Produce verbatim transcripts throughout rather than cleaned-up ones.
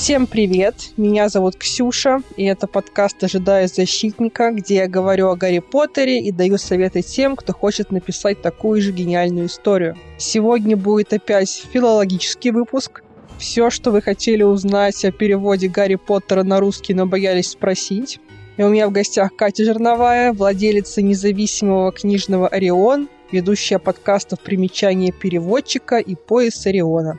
Всем привет! Меня зовут Ксюша, и это подкаст «Ожидая защитника», где я говорю о Гарри Поттере и даю советы тем, кто хочет написать такую же гениальную историю. Сегодня будет опять филологический выпуск. Все, что вы хотели узнать о переводе Гарри Поттера на русский, но боялись спросить. И у меня в гостях Катя Жерновая, владелица независимого книжного «Орион», ведущая подкастов «Примечание переводчика» и «Пояс Ориона».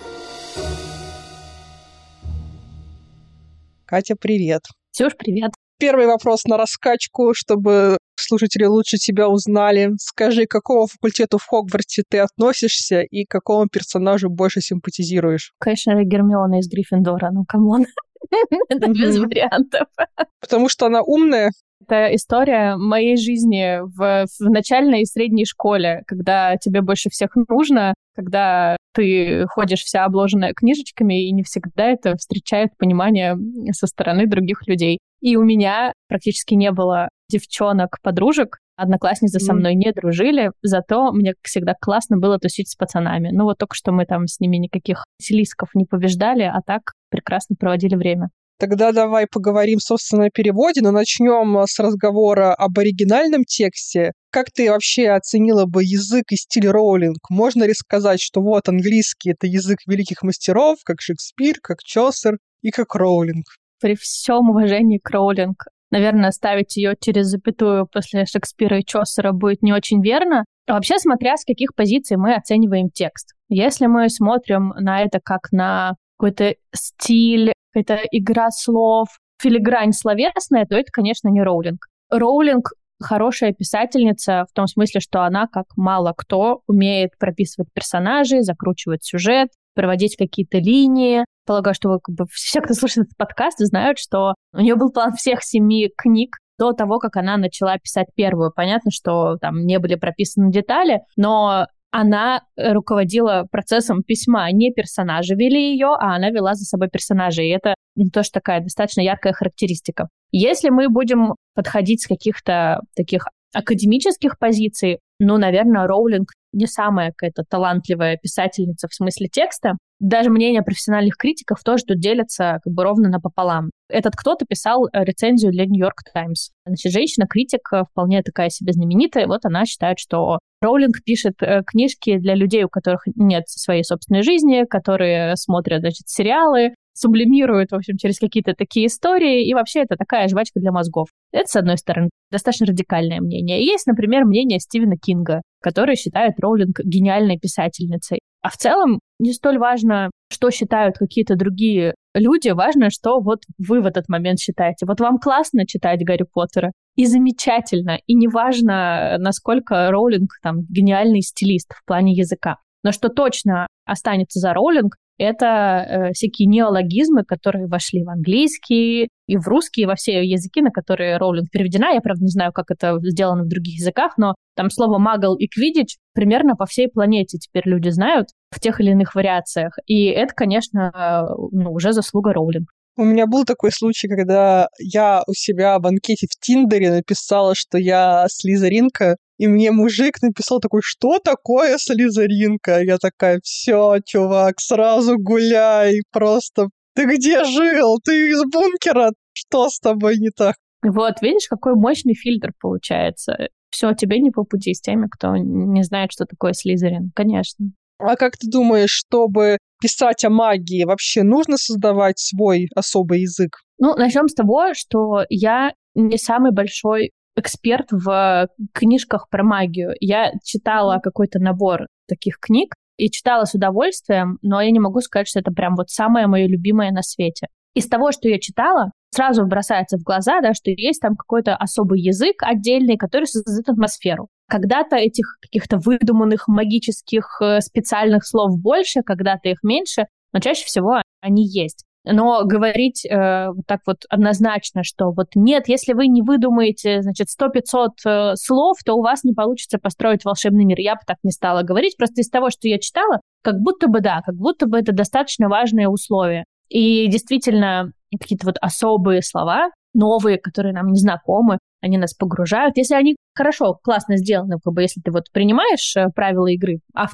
Катя, привет. Ксюш, привет. Первый вопрос на раскачку, чтобы слушатели лучше тебя узнали. Скажи, к какому факультету в Хогвартсе ты относишься и к какому персонажу больше симпатизируешь? Конечно, Гермиона из Гриффиндора, ну камон. Это без вариантов. Потому что она умная? Это история моей жизни в, в начальной и средней школе, когда тебе больше всех нужно, когда ты ходишь вся обложенная книжечками, и не всегда это встречает понимание со стороны других людей. И у меня практически не было девчонок-подружек, одноклассницы со мной не дружили, зато мне, как всегда, классно было тусить с пацанами. Ну вот только что мы там с ними никаких Василисков не побеждали, а так прекрасно проводили время. Тогда давай поговорим, собственно, о переводе, но начнем с разговора об оригинальном тексте. Как ты вообще оценила бы язык и стиль Роулинг? Можно ли сказать, что вот английский — это язык великих мастеров, как Шекспир, как Чосер и как Роулинг? При всем уважении к Роулинг, наверное, ставить ее через запятую после Шекспира и Чосера будет не очень верно. А вообще, смотря с каких позиций мы оцениваем текст. Если мы смотрим на это как на какой-то стиль, какая-то игра слов, филигрань словесная, то это, конечно, не Роулинг. Роулинг хорошая писательница в том смысле, что она, как мало кто, умеет прописывать персонажей, закручивать сюжет, проводить какие-то линии. Полагаю, что вы, как бы, все, кто слушает этот подкаст, знают, что у нее был план всех семи книг до того, как она начала писать первую. Понятно, что там не были прописаны детали, но она руководила процессом письма. Не персонажи вели ее, а она вела за собой персонажей. И это ну, тоже такая достаточно яркая характеристика. Если мы будем подходить с каких-то таких академических позиций, ну, наверное, Роулинг не самая какая-то талантливая писательница в смысле текста. Даже мнения профессиональных критиков тоже тут делятся как бы ровно напополам. Этот кто-то писал рецензию для Нью-Йорк Таймс. Значит, женщина-критик вполне такая себе знаменитая. Вот она считает, что Роулинг пишет книжки для людей, у которых нет своей собственной жизни, которые смотрят, значит, сериалы, сублимируют, в общем, через какие-то такие истории, и вообще это такая жвачка для мозгов. Это, с одной стороны, достаточно радикальное мнение. И есть, например, мнение Стивена Кинга, который считает Роулинг гениальной писательницей. А в целом не столь важно, что считают какие-то другие люди, важно, что вот вы в этот момент считаете. Вот вам классно читать Гарри Поттера, и замечательно, и неважно, насколько Роулинг там гениальный стилист в плане языка. Но что точно останется за Роулинг, это э, всякие неологизмы, которые вошли в английский и в русский, и во все языки, на которые Роулинг переведена. Я, правда, не знаю, как это сделано в других языках, но там слово «магл» и «квиддич» примерно по всей планете теперь люди знают в тех или иных вариациях. И это, конечно, ну, уже заслуга Роулинг. У меня был такой случай, когда я у себя в анкете в Тиндере написала, что я слизеринка, и мне мужик написал такой: что такое слизеринка? Я такая: все, чувак, сразу гуляй, просто ты где жил? Ты из бункера? Что с тобой не так? Вот, видишь, какой мощный фильтр получается. Все, тебе не по пути с теми, кто не знает, что такое слизерин, конечно. А как ты думаешь, чтобы писать о магии, вообще нужно создавать свой особый язык? Ну, начнем с того, что я не самый большой эксперт в книжках про магию. Я читала какой-то набор таких книг и читала с удовольствием, но я не могу сказать, что это прям вот самое мое любимое на свете. Из того, что я читала, сразу бросается в глаза, да, что есть там какой-то особый язык отдельный, который создает атмосферу. Когда-то этих каких-то выдуманных магических специальных слов больше, когда-то их меньше, но чаще всего они есть. Но говорить э, вот так вот однозначно, что вот нет, если вы не выдумаете, значит, сто-пятьсот э, слов, то у вас не получится построить волшебный мир. Я бы так не стала говорить, просто из того, что я читала, как будто бы да, как будто бы это достаточно важное условие. И действительно, какие-то вот особые слова, новые, которые нам не знакомы, они нас погружают. Если они хорошо, классно сделаны, как бы если ты вот принимаешь правила игры автора,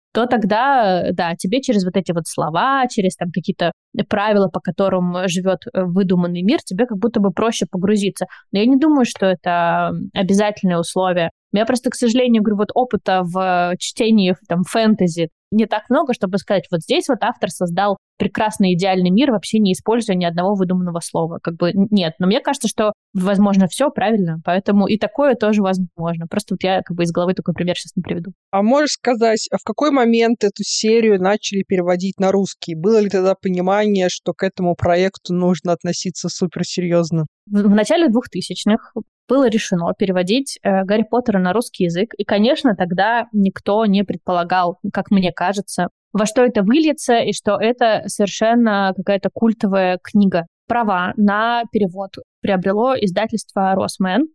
то тогда, да, тебе через вот эти вот слова, через там какие-то правила, по которым живет выдуманный мир, тебе как будто бы проще погрузиться. Но я не думаю, что это обязательное условие. У меня просто, к сожалению, говорю, вот опыта в чтении там фэнтези не так много, чтобы сказать, вот здесь вот автор создал прекрасный идеальный мир, вообще не используя ни одного выдуманного слова. Как бы нет. Но мне кажется, что, возможно, все правильно, поэтому и такое тоже возможно. Просто вот я как бы из головы такой пример сейчас не приведу. А можешь сказать, а в какой момент эту серию начали переводить на русский? Было ли тогда понимание, что к этому проекту нужно относиться суперсерьезно? В, в начале двухтысячных было решено переводить э, Гарри Поттера на русский язык. И, конечно, тогда никто не предполагал, как мне кажется, во что это выльется, и что это совершенно какая-то культовая книга. Права на перевод приобрело издательство «Росмен»,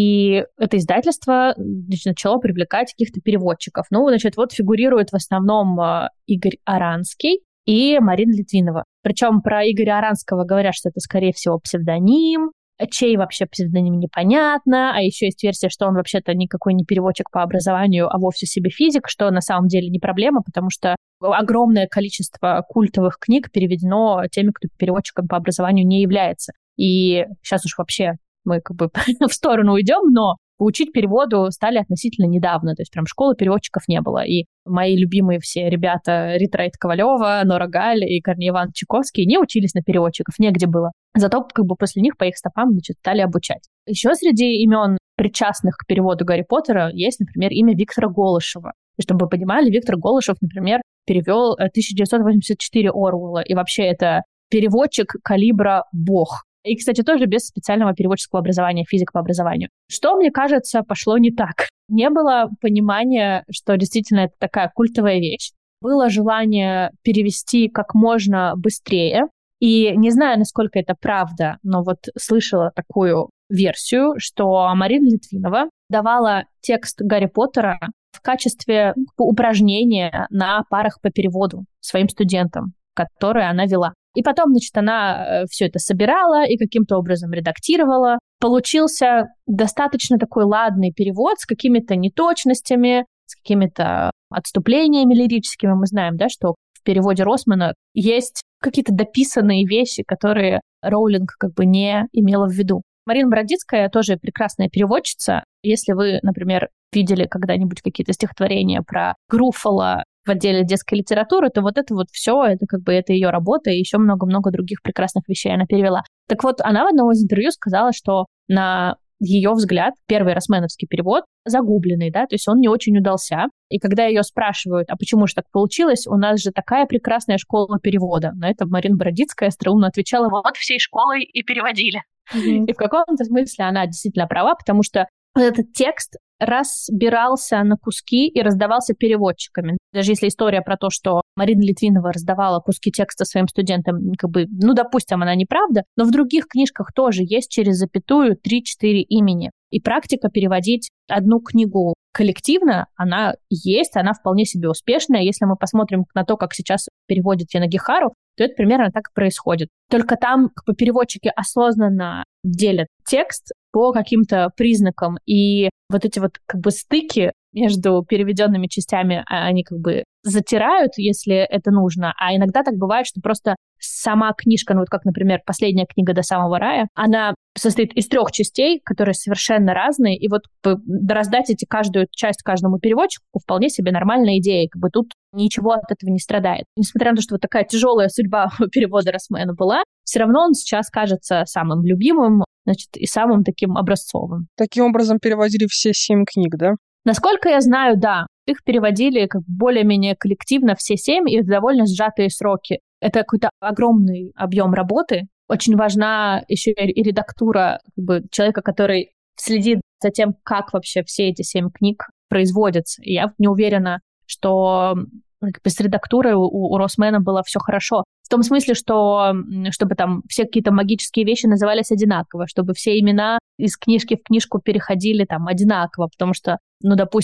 и это издательство значит, начало привлекать каких-то переводчиков. Ну, значит, вот фигурирует в основном э, Игорь Аранский и Марина Литвинова. Причем про Игоря Аранского говорят, что это, скорее всего, псевдоним, чей вообще псевдоним непонятно, а еще есть версия, что он вообще-то никакой не переводчик по образованию, а вовсе себе физик, что на самом деле не проблема, потому что огромное количество культовых книг переведено теми, кто переводчиком по образованию не является. И сейчас уж вообще мы как бы в сторону уйдем, но учить переводу стали относительно недавно, то есть прям школы переводчиков не было. И мои любимые все ребята Рита Райт-Ковалева, Нора Галь и Корней Иванович Чайковский не учились на переводчиков, негде было. Зато как бы после них по их стопам, значит, стали обучать. Еще среди имен, причастных к переводу Гарри Поттера, есть, например, имя Виктора Голышева. И чтобы вы понимали, Виктор Голышев, например, перевел тысяча девятьсот восемьдесят четыре Оруэлла, и вообще это переводчик калибра бог. И, кстати, тоже без специального переводческого образования, физик по образованию. Что, мне кажется, пошло не так? Не было понимания, что действительно это такая культовая вещь. Было желание перевести как можно быстрее. И не знаю, насколько это правда, но вот слышала такую версию, что Марина Литвинова давала текст Гарри Поттера в качестве упражнения на парах по переводу своим студентам, которые она вела. И потом, значит, она все это собирала и каким-то образом редактировала. Получился достаточно такой ладный перевод с какими-то неточностями, с какими-то отступлениями лирическими. Мы знаем, да, что в переводе Росмена есть какие-то дописанные вещи, которые Роулинг как бы не имела в виду. Марина Бродицкая тоже прекрасная переводчица. Если вы, например, видели когда-нибудь какие-то стихотворения про Груффало в отделе детской литературы, то вот это вот все, это как бы это ее работа, и еще много-много других прекрасных вещей она перевела. Так вот, она в одном из интервью сказала, что на ее взгляд первый росменовский перевод загубленный, да, то есть он не очень удался. И когда ее спрашивают, а почему же так получилось, у нас же такая прекрасная школа перевода. На это Марина Бродицкая остроумно отвечала, вот всей школой и переводили. Mm-hmm. И в каком-то смысле она действительно права, потому что этот текст разбирался на куски и раздавался переводчиками. Даже если история про то, что Марина Литвинова раздавала куски текста своим студентам, как бы, ну, допустим, она неправда, но в других книжках тоже есть через запятую три-четыре имени. И практика переводить одну книгу коллективно, она есть, она вполне себе успешная. Если мы посмотрим на то, как сейчас переводит Янагихару, то это примерно так и происходит. Только там как бы, переводчики осознанно делят текст по каким-то признакам, и вот эти вот как бы стыки между переведенными частями, они как бы затирают, если это нужно, а иногда так бывает, что просто сама книжка, ну вот как, например, последняя книга «До самого рая», она состоит из трех частей, которые совершенно разные, и вот как бы, раздать эти каждую часть каждому переводчику вполне себе нормальная идея, как бы тут ничего от этого не страдает. Несмотря на то, что вот такая тяжелая судьба перевода Росмена была, все равно он сейчас кажется самым любимым, значит, и самым таким образцовым. Таким образом переводили все семь книг, да? Насколько я знаю, да. Их переводили как более-менее коллективно все семь, и в довольно сжатые сроки. Это какой-то огромный объем работы. Очень важна еще и редактура как бы, человека, который следит за тем, как вообще все эти семь книг производятся. И я не уверена, что как бы, с редактурой у, у Росмена было все хорошо. В том смысле, что чтобы там все какие-то магические вещи назывались одинаково, чтобы все имена из книжки в книжку переходили там одинаково, потому что, ну, допустим,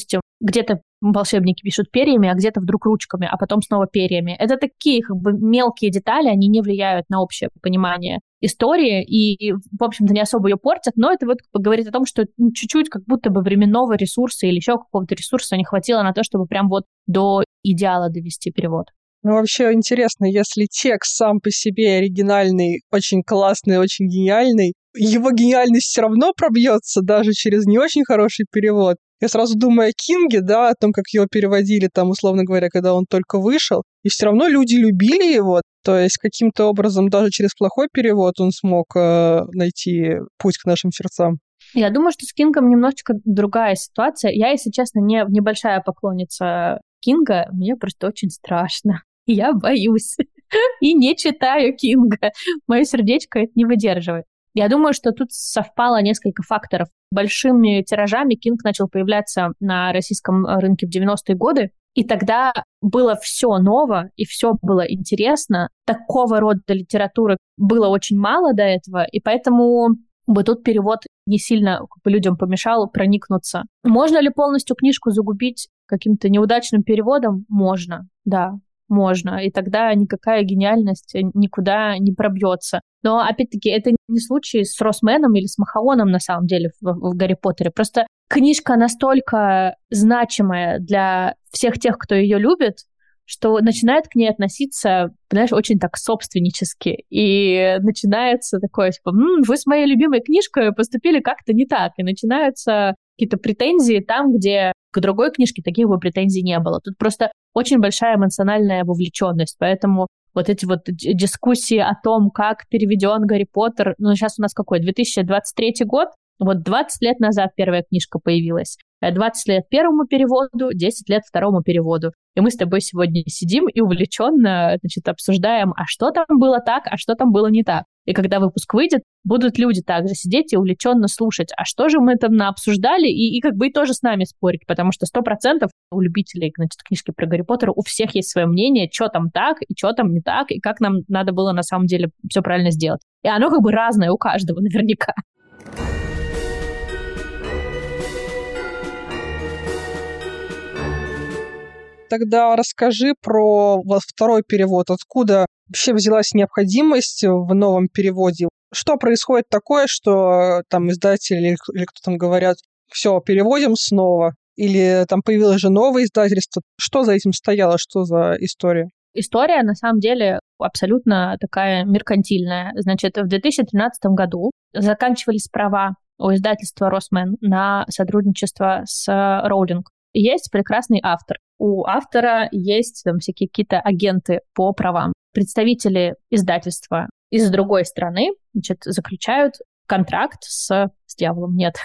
где-то волшебники пишут перьями, а где-то вдруг ручками, а потом снова перьями. Это такие как бы мелкие детали, они не влияют на общее понимание истории и, в общем-то, не особо ее портят, но это вот говорит о том, что чуть-чуть как будто бы временного ресурса или еще какого-то ресурса не хватило на то, чтобы прям вот до идеала довести перевод. Ну, вообще интересно, если текст сам по себе оригинальный, очень классный, очень гениальный, его гениальность все равно пробьется даже через не очень хороший перевод. Я сразу думаю о Кинге, да, о том, как его переводили, там, условно говоря, когда он только вышел, и все равно люди любили его, то есть каким-то образом даже через плохой перевод он смог э, найти путь к нашим сердцам. Я думаю, что с Кингом немножечко другая ситуация. Я, если честно, не небольшая поклонница Кинга, мне просто очень страшно. Я боюсь и не читаю Кинга. Мое сердечко это не выдерживает. Я думаю, что тут совпало несколько факторов. Большими тиражами Кинг начал появляться на российском рынке в девяностые годы, и тогда было все ново, и все было интересно. Такого рода литературы было очень мало до этого, и поэтому бы тут перевод не сильно как бы, людям помешал проникнуться. Можно ли полностью книжку загубить каким-то неудачным переводом? Можно, да. Можно, и тогда никакая гениальность никуда не пробьется. Но, опять-таки, это не случай с Росменом или с Махаоном, на самом деле, в, в «Гарри Поттере». Просто книжка настолько значимая для всех тех, кто ее любит, что начинает к ней относиться, знаешь, очень так собственнически. И начинается такое, типа, «М, вы с моей любимой книжкой поступили как-то не так». И начинаются какие-то претензии там, где к другой книжке таких бы претензий не было. Тут просто очень большая эмоциональная вовлеченность, поэтому вот эти вот дискуссии о том, как переведен Гарри Поттер, ну, сейчас у нас какой, две тысячи двадцать третий год, вот двадцать лет назад первая книжка появилась, двадцать лет первому переводу, десять лет второму переводу. И мы с тобой сегодня сидим и увлеченно, значит, обсуждаем, а что там было так, а что там было не так. И когда выпуск выйдет, будут люди также сидеть и увлеченно слушать, а что же мы там наобсуждали, и, и как бы и тоже с нами спорить, потому что сто процентов у любителей, значит, книжки про Гарри Поттера у всех есть свое мнение, что там так, и что там не так, и как нам надо было на самом деле все правильно сделать. И оно как бы разное у каждого наверняка. Тогда расскажи про вот второй перевод. Откуда вообще взялась необходимость в новом переводе? Что происходит такое, что там издатели или, или кто там говорят, все, переводим снова? Или там появилось же новое издательство? Что за этим стояло? Что за история? История, на самом деле, абсолютно такая меркантильная. Значит, в две тысячи тринадцатом году заканчивались права у издательства «Росмен» на сотрудничество с Роулинг. Есть прекрасный автор. У автора есть там всякие какие-то агенты по правам. Представители издательства из другой страны, значит, заключают контракт с, с дьяволом, нет,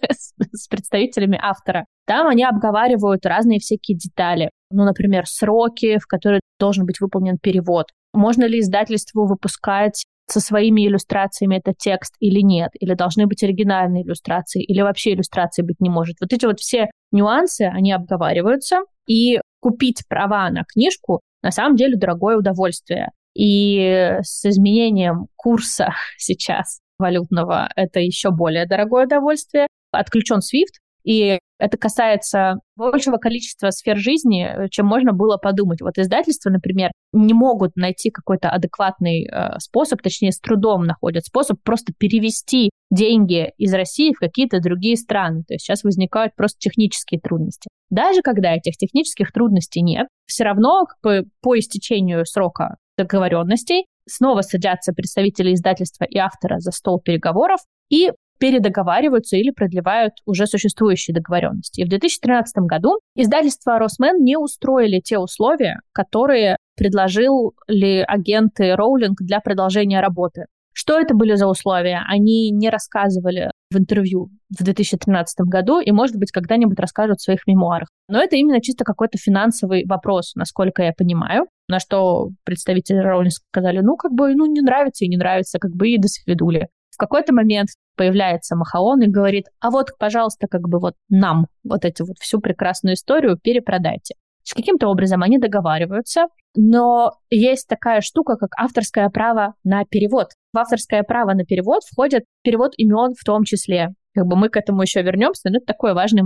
с представителями автора. Там они обговаривают разные всякие детали. Ну, например, сроки, в которые должен быть выполнен перевод. Можно ли издательству выпускать со своими иллюстрациями этот текст или нет, или должны быть оригинальные иллюстрации, или вообще иллюстрации быть не может. Вот эти вот все нюансы, они обговариваются, и купить права на книжку на самом деле дорогое удовольствие. И с изменением курса сейчас валютного это еще более дорогое удовольствие. Отключен свифт, и это касается большего количества сфер жизни, чем можно было подумать. Вот издательства, например, не могут найти какой-то адекватный э, способ, точнее, с трудом находят способ просто перевести деньги из России в какие-то другие страны. То есть сейчас возникают просто технические трудности. Даже когда этих технических трудностей нет, все равно как бы, по истечению срока договоренностей снова садятся представители издательства и автора за стол переговоров и передоговариваются или продлевают уже существующие договоренности. И в две тысячи тринадцатом году издательство «Росмен» не устроили те условия, которые предложили агенты Роулинг для продолжения работы. Что это были за условия? Они не рассказывали в интервью в две тысячи тринадцатом году и, может быть, когда-нибудь расскажут в своих мемуарах. Но это именно чисто какой-то финансовый вопрос, насколько я понимаю, на что представители Роулинг сказали, ну, как бы, ну, не нравится и не нравится, как бы, и до свидули. В какой-то момент появляется Махаон и говорит, а вот, пожалуйста, как бы вот нам вот эту вот всю прекрасную историю перепродайте. Каким-то образом они договариваются, но есть такая штука, как авторское право на перевод. В авторское право на перевод входит перевод имен в том числе. Как бы мы к этому еще вернемся, но это такой важный момент.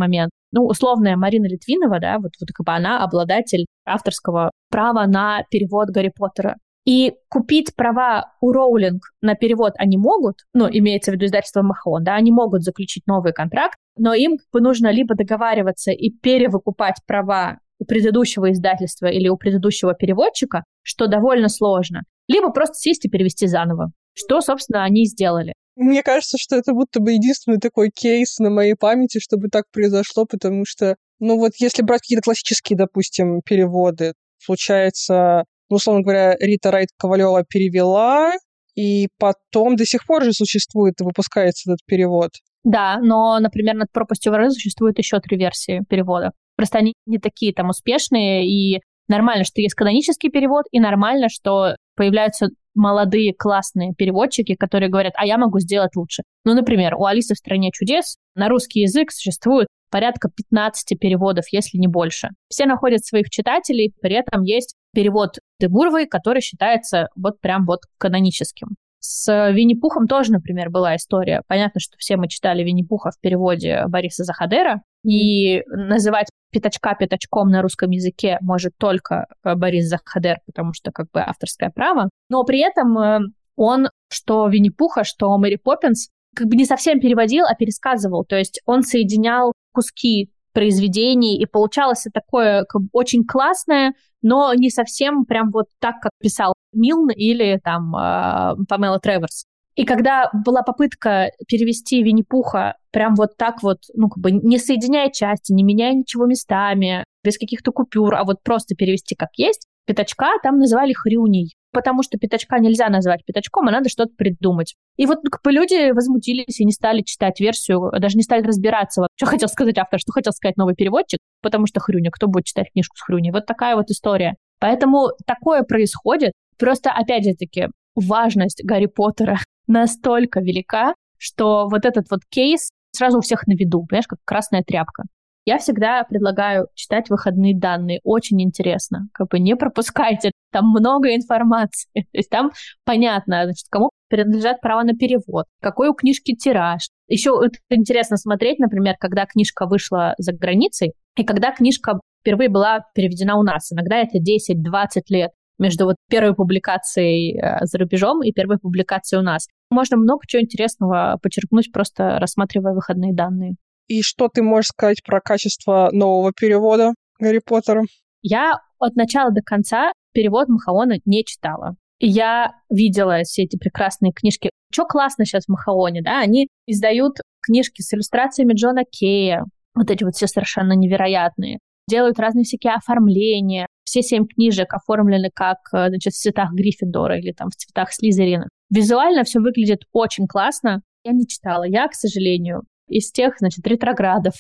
ну, условная Марина Литвинова, да, вот, вот как бы она обладатель авторского права на перевод Гарри Поттера. И купить права у Роулинг на перевод они могут, ну, имеется в виду издательство Махон, да, они могут заключить новый контракт, но им как бы нужно либо договариваться и перевыкупать права у предыдущего издательства или у предыдущего переводчика, что довольно сложно, либо просто сесть и перевести заново, что, собственно, они и сделали. Мне кажется, что это будто бы единственный такой кейс на моей памяти, чтобы так произошло, потому что, ну вот если брать какие-то классические, допустим, переводы, случается... Ну, условно говоря, Рита Райт-Ковалева перевела, и потом до сих пор же существует и выпускается этот перевод. Да, но, например, над пропастью воры существует еще три версии перевода. Просто они не такие там успешные, и нормально, что есть канонический перевод, и нормально, что появляются молодые классные переводчики, которые говорят, а я могу сделать лучше. Ну, например, у «Алисы в стране чудес» на русский язык существует порядка пятнадцати переводов, если не больше. Все находят своих читателей, при этом есть перевод Демуровой, который считается вот прям вот каноническим. С Винни-Пухом тоже, например, была история. Понятно, что все мы читали Винни-Пуха в переводе Бориса Захадера, и называть пятачка пятачком на русском языке может только Борис Захадер, потому что как бы авторское право. Но при этом он, что Винни-Пуха, что Мэри Поппинс, как бы не совсем переводил, а пересказывал. То есть он соединял куски произведений, и получалось такое как бы очень классное, но не совсем прям вот так, как писал Милн или там э, Памела Треворс. И когда была попытка перевести Винни-Пуха прям вот так вот, ну как бы не соединяя части, не меняя ничего местами, без каких-то купюр, а вот просто перевести как есть, пятачка там называли хрюней, потому что пятачка нельзя назвать пятачком, а надо что-то придумать. И вот как бы люди возмутились и не стали читать версию, даже не стали разбираться, вот, что хотел сказать автор, что хотел сказать новый переводчик, потому что хрюня, кто будет читать книжку с хрюней? Вот такая вот история. Поэтому такое происходит. Просто, опять же таки, важность Гарри Поттера настолько велика, что вот этот вот кейс сразу у всех на виду, понимаешь, как красная тряпка. Я всегда предлагаю читать выходные данные. Очень интересно. Как бы не пропускайте. Там много информации. То есть там понятно, значит, кому принадлежат права на перевод, какой у книжки тираж. Еще это интересно смотреть, например, когда книжка вышла за границей, и когда книжка впервые была переведена у нас. Иногда это десять-двадцать лет между вот первой публикацией за рубежом и первой публикацией у нас. Можно много чего интересного почерпнуть, просто рассматривая выходные данные. И что ты можешь сказать про качество нового перевода Гарри Поттера? Я от начала до конца перевод Махаона не читала. И я видела все эти прекрасные книжки. Что классно сейчас в Махаоне, да? Они издают книжки с иллюстрациями Джона Кея. Вот эти вот все совершенно невероятные. Делают разные всякие оформления. Все семь книжек оформлены как, значит, в цветах Гриффиндора или там в цветах Слизерина. Визуально все выглядит очень классно. Я не читала. Я, к сожалению, из тех, значит, ретроградов,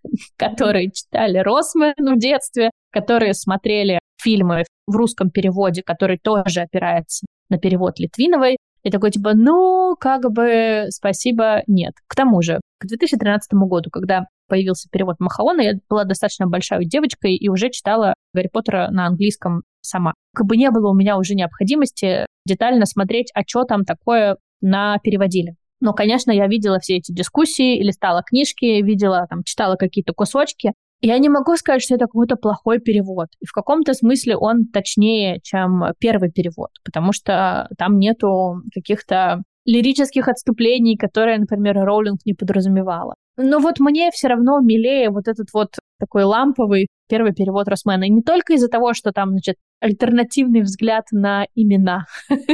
которые читали Росман в детстве, которые смотрели фильмы в русском переводе, который тоже опирается на перевод Литвиновой. И такой типа, ну, как бы, спасибо, нет. К тому же, к две тысячи тринадцатому году, когда появился перевод Махаона, я была достаточно большой девочкой и уже читала Гарри Поттера на английском сама. Как бы не было у меня уже необходимости детально смотреть, а что там такое напереводили. Но, конечно, я видела все эти дискуссии, листала книжки, видела, там, читала какие-то кусочки. Я не могу сказать, что это какой-то плохой перевод. И в каком-то смысле он точнее, чем первый перевод, потому что там нету каких-то лирических отступлений, которые, например, Роулинг не подразумевала. Но вот мне все равно милее вот этот вот такой ламповый первый перевод Росмена. И не только из-за того, что там, значит, альтернативный взгляд на имена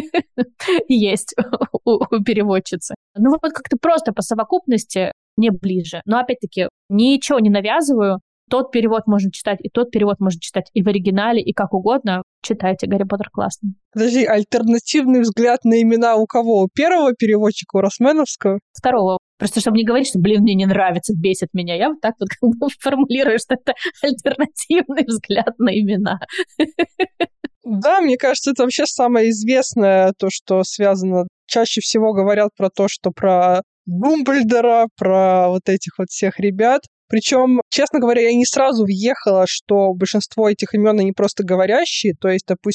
есть у переводчицы. Ну вот как-то просто по совокупности мне ближе. Но опять-таки ничего не навязываю. Тот перевод можно читать, и тот перевод можно читать и в оригинале, и как угодно. Читайте, Гарри Поттер классный. Подожди, альтернативный взгляд на имена у кого? У первого переводчика, у Росменовского? Второго. Просто чтобы не говорить, что, блин, мне не нравится, бесит меня. Я вот так вот как бы формулирую, что это альтернативный взгляд на имена. Да, мне кажется, это вообще самое известное, то, что связано. Чаще всего говорят про то, что про Думблдора, про вот этих вот всех ребят. Причем, честно говоря, я не сразу въехала, что большинство этих имен, они просто говорящие. То есть, допустим,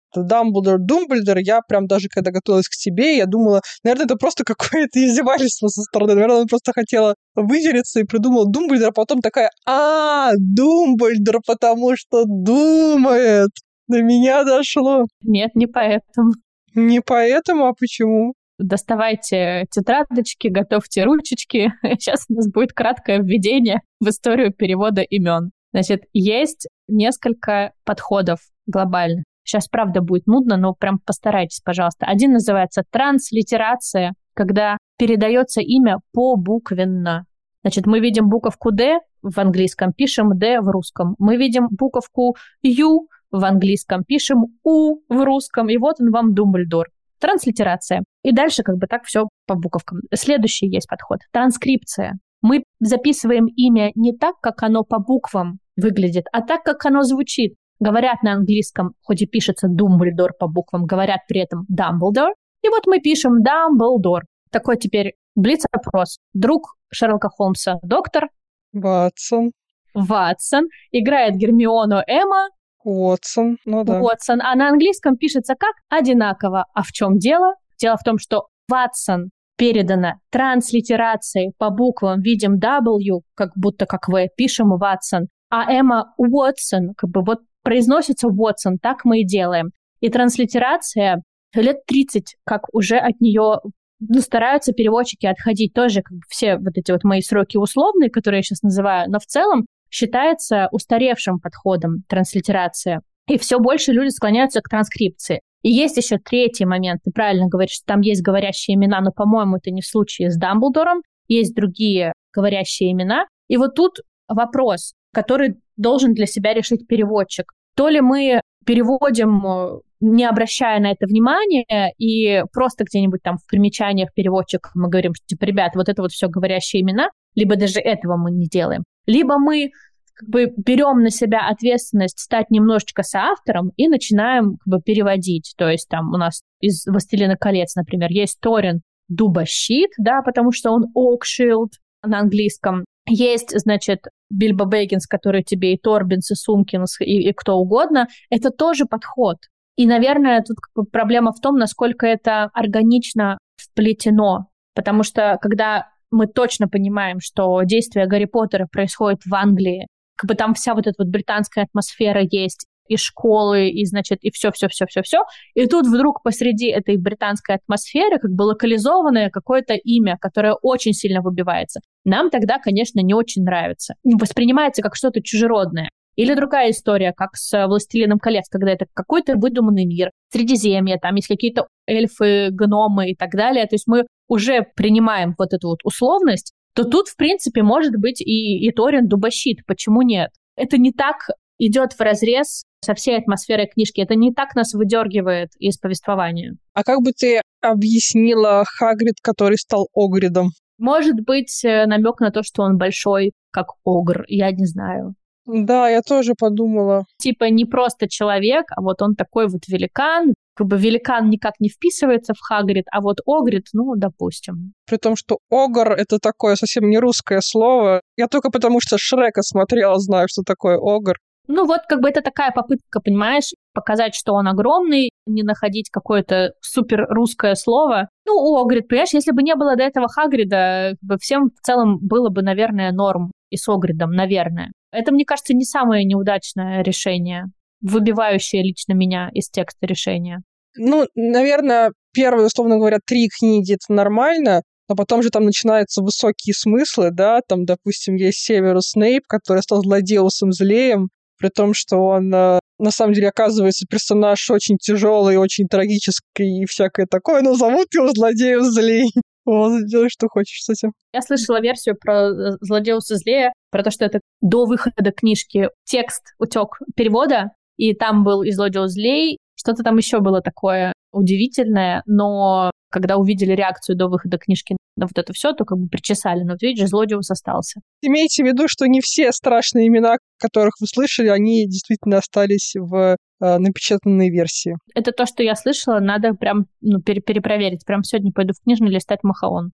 Дамблдор, Думблдор, я прям даже когда готовилась к тебе, я думала, наверное, это просто какое-то издевательство со стороны. Наверное, она просто хотела выделиться и придумала Думблдор, а потом такая, а, Думблдор, потому что думает. До меня дошло. Нет, не поэтому. Не поэтому, а почему? Доставайте тетрадочки, готовьте ручечки. Сейчас у нас будет краткое введение в историю перевода имен. Значит, есть несколько подходов глобальных. Сейчас, правда, будет нудно, но прям постарайтесь, пожалуйста. Один называется транслитерация, когда передается имя побуквенно. Значит, мы видим буковку «Д» в английском, пишем «Д» в русском. Мы видим буковку «Ю» в английском, пишем «У» в русском. И вот он вам Думблдор. Транслитерация. И дальше как бы так все по буковкам. Следующий есть подход. Транскрипция. Мы записываем имя не так, как оно по буквам выглядит, а так, как оно звучит. Говорят на английском, хоть и пишется Думблдор по буквам, говорят при этом Дамблдор. И вот мы пишем Дамблдор. Такой теперь блиц-опрос. Друг Шерлока Холмса, доктор Ватсон. Ватсон. Играет Гермиону Эмма Уотсон, ну да. Уотсон. А на английском пишется как одинаково. А в чем дело? Дело в том, что Ватсон передано транслитерацией по буквам. Видим W, как будто как В, пишем Ватсон. А Эмма Уотсон, как бы вот произносится Уотсон, так мы и делаем. И транслитерация лет тридцать, как уже от нее ну, стараются переводчики отходить. Тоже как бы все вот эти вот мои сроки условные, которые я сейчас называю, но в целом считается устаревшим подходом транслитерация. И все больше люди склоняются к транскрипции. И есть еще третий момент. Ты правильно говоришь, что там есть говорящие имена, но, по-моему, это не в случае с Дамблдором. Есть другие говорящие имена. И вот тут вопрос, который должен для себя решить переводчик. То ли мы переводим, не обращая на это внимания, и просто где-нибудь там в примечаниях переводчика мы говорим, что, типа, ребят, вот это вот все говорящие имена, либо даже этого мы не делаем. Либо мы как бы берем на себя ответственность стать немножечко соавтором и начинаем как бы переводить. То есть там у нас из «Властелина колец», например, есть Торин Дубощит, да, потому что он Oakshield на английском. Есть, значит, Бильбо Бэггинс, который тебе и Торбинс, и Сумкинс, и, и кто угодно. Это тоже подход. И, наверное, тут как бы проблема в том, насколько это органично вплетено. Потому что когда мы точно понимаем, что действие Гарри Поттера происходит в Англии, как бы там вся вот эта вот британская атмосфера есть, и школы, и, значит, и все-все-все-все-все. И тут вдруг посреди этой британской атмосферы как бы локализованное какое-то имя, которое очень сильно выбивается. Нам тогда, конечно, не очень нравится. Воспринимается как что-то чужеродное. Или другая история, как с «Властелином колец», когда это какой-то выдуманный мир, Средиземье, там есть какие-то эльфы, гномы и так далее. То есть мы уже принимаем вот эту вот условность, то тут, в принципе, может быть и, и Торин Дубощит. Почему нет? Это не так идет вразрез со всей атмосферой книжки. Это не так нас выдергивает из повествования. А как бы ты объяснила Хагрид, который стал Огридом? Может быть, намек на то, что он большой, как огр, я не знаю. Да, я тоже подумала. Типа не просто человек, а вот он такой вот великан. Как бы великан никак не вписывается в Хагрид, а вот Огрид, ну, допустим. При том, что огр — это такое совсем не русское слово. Я только потому, что Шрека смотрела, знаю, что такое огр. Ну вот как бы это такая попытка, понимаешь, показать, что он огромный, не находить какое-то супер русское слово. Ну, Огрид, понимаешь, если бы не было до этого Хагрида, как бы всем в целом было бы, наверное, норм и с Огридом, наверное. Это, мне кажется, не самое неудачное решение, выбивающее лично меня из текста решения. Ну, наверное, первые, условно говоря, три книги — это нормально, но потом же там начинаются высокие смыслы, да, там, допустим, есть Северус Снейп, который стал злодеусом злеем, при том, что он, на самом деле, оказывается персонаж очень тяжелый, очень трагический и всякое такое, но зовут его злодеус злей. Вот, делай, что хочешь с этим. Я слышала версию про злодеуса злея, про то, что это до выхода книжки текст утек перевода, и там был и злодеус злей, что-то там еще было такое удивительное, но когда увидели реакцию до выхода книжки на вот это все, то как бы причесали. Но вот видишь, злодеус остался. Имейте в виду, что не все страшные имена, которых вы слышали, они действительно остались в э, напечатанной версии. Это то, что я слышала, надо прям ну, пере- перепроверить. Прям сегодня пойду в книжный листать Махаон.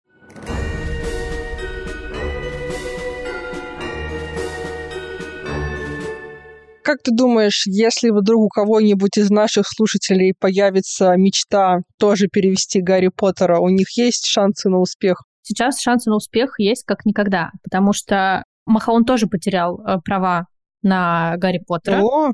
как ты думаешь, если вдруг у кого-нибудь из наших слушателей появится мечта тоже перевести Гарри Поттера, у них есть шансы на успех? Сейчас шансы на успех есть как никогда, потому что Махаон тоже потерял э, права на Гарри Поттера. О!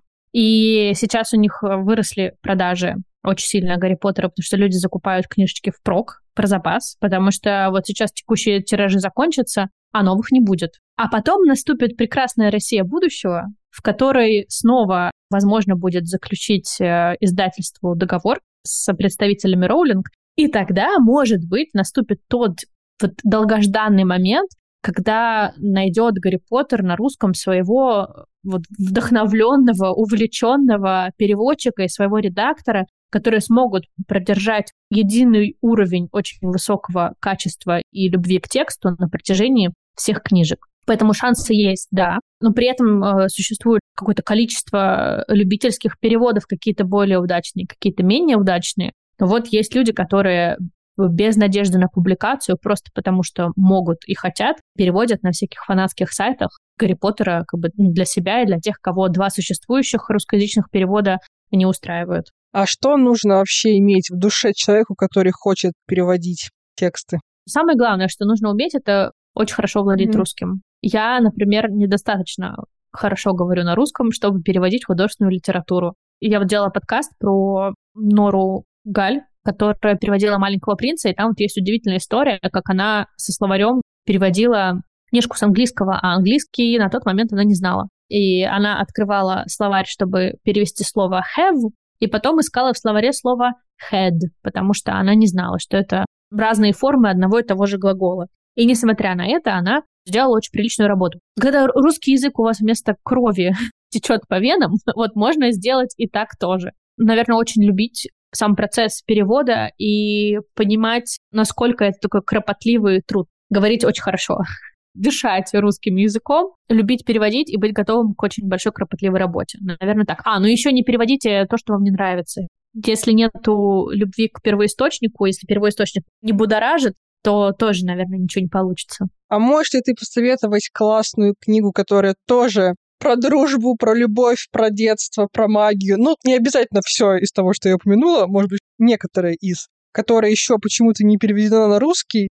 И сейчас у них выросли продажи очень сильно Гарри Поттера, потому что люди закупают книжечки впрок, про запас, потому что вот сейчас текущие тиражи закончатся, а новых не будет. А потом наступит прекрасная Россия будущего, в которой снова возможно будет заключить э, издательству договор с представителями Роулинг, и тогда, может быть, наступит тот вот долгожданный момент, когда найдет Гарри Поттер на русском своего вот вдохновленного, увлеченного переводчика и своего редактора, которые смогут продержать единый уровень очень высокого качества и любви к тексту на протяжении всех книжек. Поэтому шансы есть, да. Но при этом э, существует какое-то количество любительских переводов, какие-то более удачные, какие-то менее удачные. Но вот есть люди, которые без надежды на публикацию, просто потому что могут и хотят, переводят на всяких фанатских сайтах Гарри Поттера как бы для себя и для тех, кого два существующих русскоязычных перевода не устраивают. А что нужно вообще иметь в душе человеку, который хочет переводить тексты? Самое главное, что нужно уметь, это очень хорошо владеть mm-hmm. русским. Я, например, недостаточно хорошо говорю на русском, чтобы переводить художественную литературу. Я вот делала подкаст про Нору Галь, которая переводила «Маленького принца», и там вот есть удивительная история, как она со словарем переводила книжку с английского, а английский на тот момент она не знала. И она открывала словарь, чтобы перевести слово «have», и потом искала в словаре слово «had», потому что она не знала, что это разные формы одного и того же глагола. И несмотря на это, она сделала очень приличную работу. Когда русский язык у вас вместо крови течет по венам, вот можно сделать и так тоже. Наверное, очень любить сам процесс перевода и понимать, насколько это такой кропотливый труд. Говорить очень хорошо, дышать русским языком, любить переводить и быть готовым к очень большой кропотливой работе. Наверное, так. А, ну еще не переводите то, что вам не нравится. Если нету любви к первоисточнику, если первоисточник не будоражит, то тоже, наверное, ничего не получится. А можешь ли ты посоветовать классную книгу, которая тоже про дружбу, про любовь, про детство, про магию? Ну, не обязательно все из того, что я упомянула, может быть, некоторые из, которые еще почему-то не переведена на русский,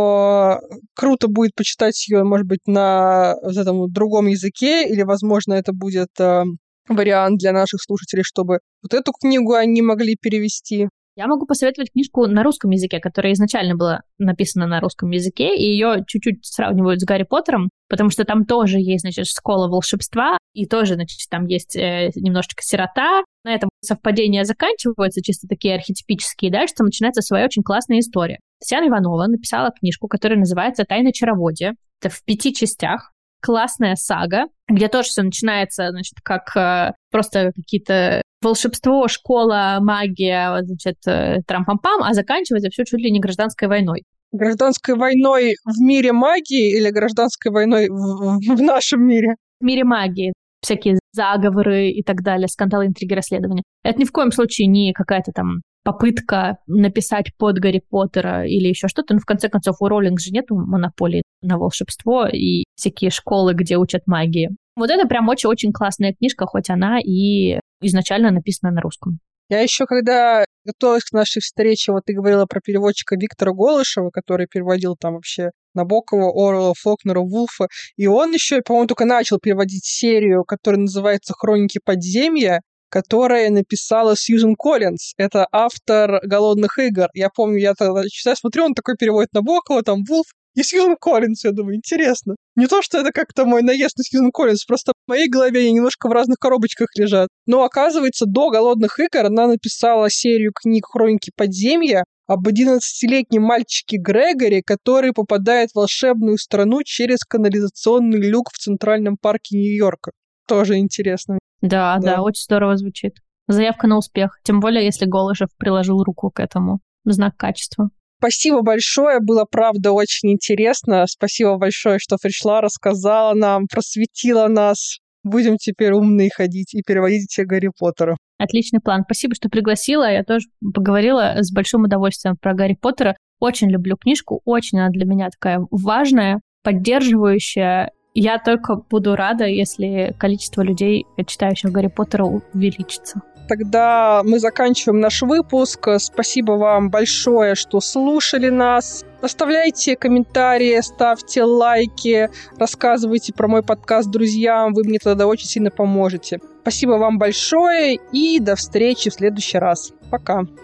но круто будет почитать ее, может быть, на вот этом другом языке, или, возможно, это будет э, вариант для наших слушателей, чтобы вот эту книгу они могли перевести. Я могу посоветовать книжку на русском языке, которая изначально была написана на русском языке, и ее чуть-чуть сравнивают с Гарри Поттером, потому что там тоже есть, значит, школа волшебства, и тоже, значит, там есть э, немножечко сирота. На этом совпадения заканчиваются, чисто такие архетипические, и дальше там начинается своя очень классная история. Татьяна Иванова написала книжку, которая называется «Тайна чароводия». Это в пяти частях. Классная сага, где тоже все начинается, значит, как э, просто какие-то волшебство, школа, магия, значит, э, трам-пам-пам, а заканчивается все чуть ли не гражданской войной. Гражданской войной в мире магии или гражданской войной в, в нашем мире? В мире магии. Всякие заговоры и так далее, скандалы, интриги, расследования. Это ни в коем случае не какая-то там попытка написать под Гарри Поттера или еще что-то, но в конце концов у Роулинг же нету монополии на волшебство и всякие школы, где учат магии. Вот это прям очень-очень классная книжка, хоть она и изначально написана на русском. Я еще, когда готовилась к нашей встрече, вот ты говорила про переводчика Виктора Голышева, который переводил там вообще Набокова, Орла, Фолкнера, Вулфа, и он еще, по-моему, только начал переводить серию, которая называется «Хроники подземья», которая написала Сьюзен Коллинз. Это автор «Голодных игр». Я помню, я тогда читаю, смотрю, он такой переводит Набокова, там Вулф, и Сьюзен Коллинз, я думаю, интересно. Не то, что это как-то мой наезд на Сьюзен Коллинз, просто в моей голове они немножко в разных коробочках лежат. Но, оказывается, до «Голодных игр» она написала серию книг «Хроники подземья» об одиннадцатилетнем мальчике Грегори, который попадает в волшебную страну через канализационный люк в Центральном парке Нью-Йорка. Тоже интересно. Да, да, да, очень здорово звучит. Заявка на успех. Тем более, если Голышев приложил руку к этому. Знак качества. Спасибо большое, было, правда, очень интересно. Спасибо большое, что пришла, рассказала нам, просветила нас. Будем теперь умные ходить и переводить все Гарри Поттера. Отличный план. Спасибо, что пригласила. Я тоже поговорила с большим удовольствием про Гарри Поттера. Очень люблю книжку, очень она для меня такая важная, поддерживающая Я только буду рада, если количество людей, читающих Гарри Поттера, увеличится. Тогда мы заканчиваем наш выпуск. Спасибо вам большое, что слушали нас. Оставляйте комментарии, ставьте лайки, рассказывайте про мой подкаст друзьям. Вы мне тогда очень сильно поможете. Спасибо вам большое и до встречи в следующий раз. Пока.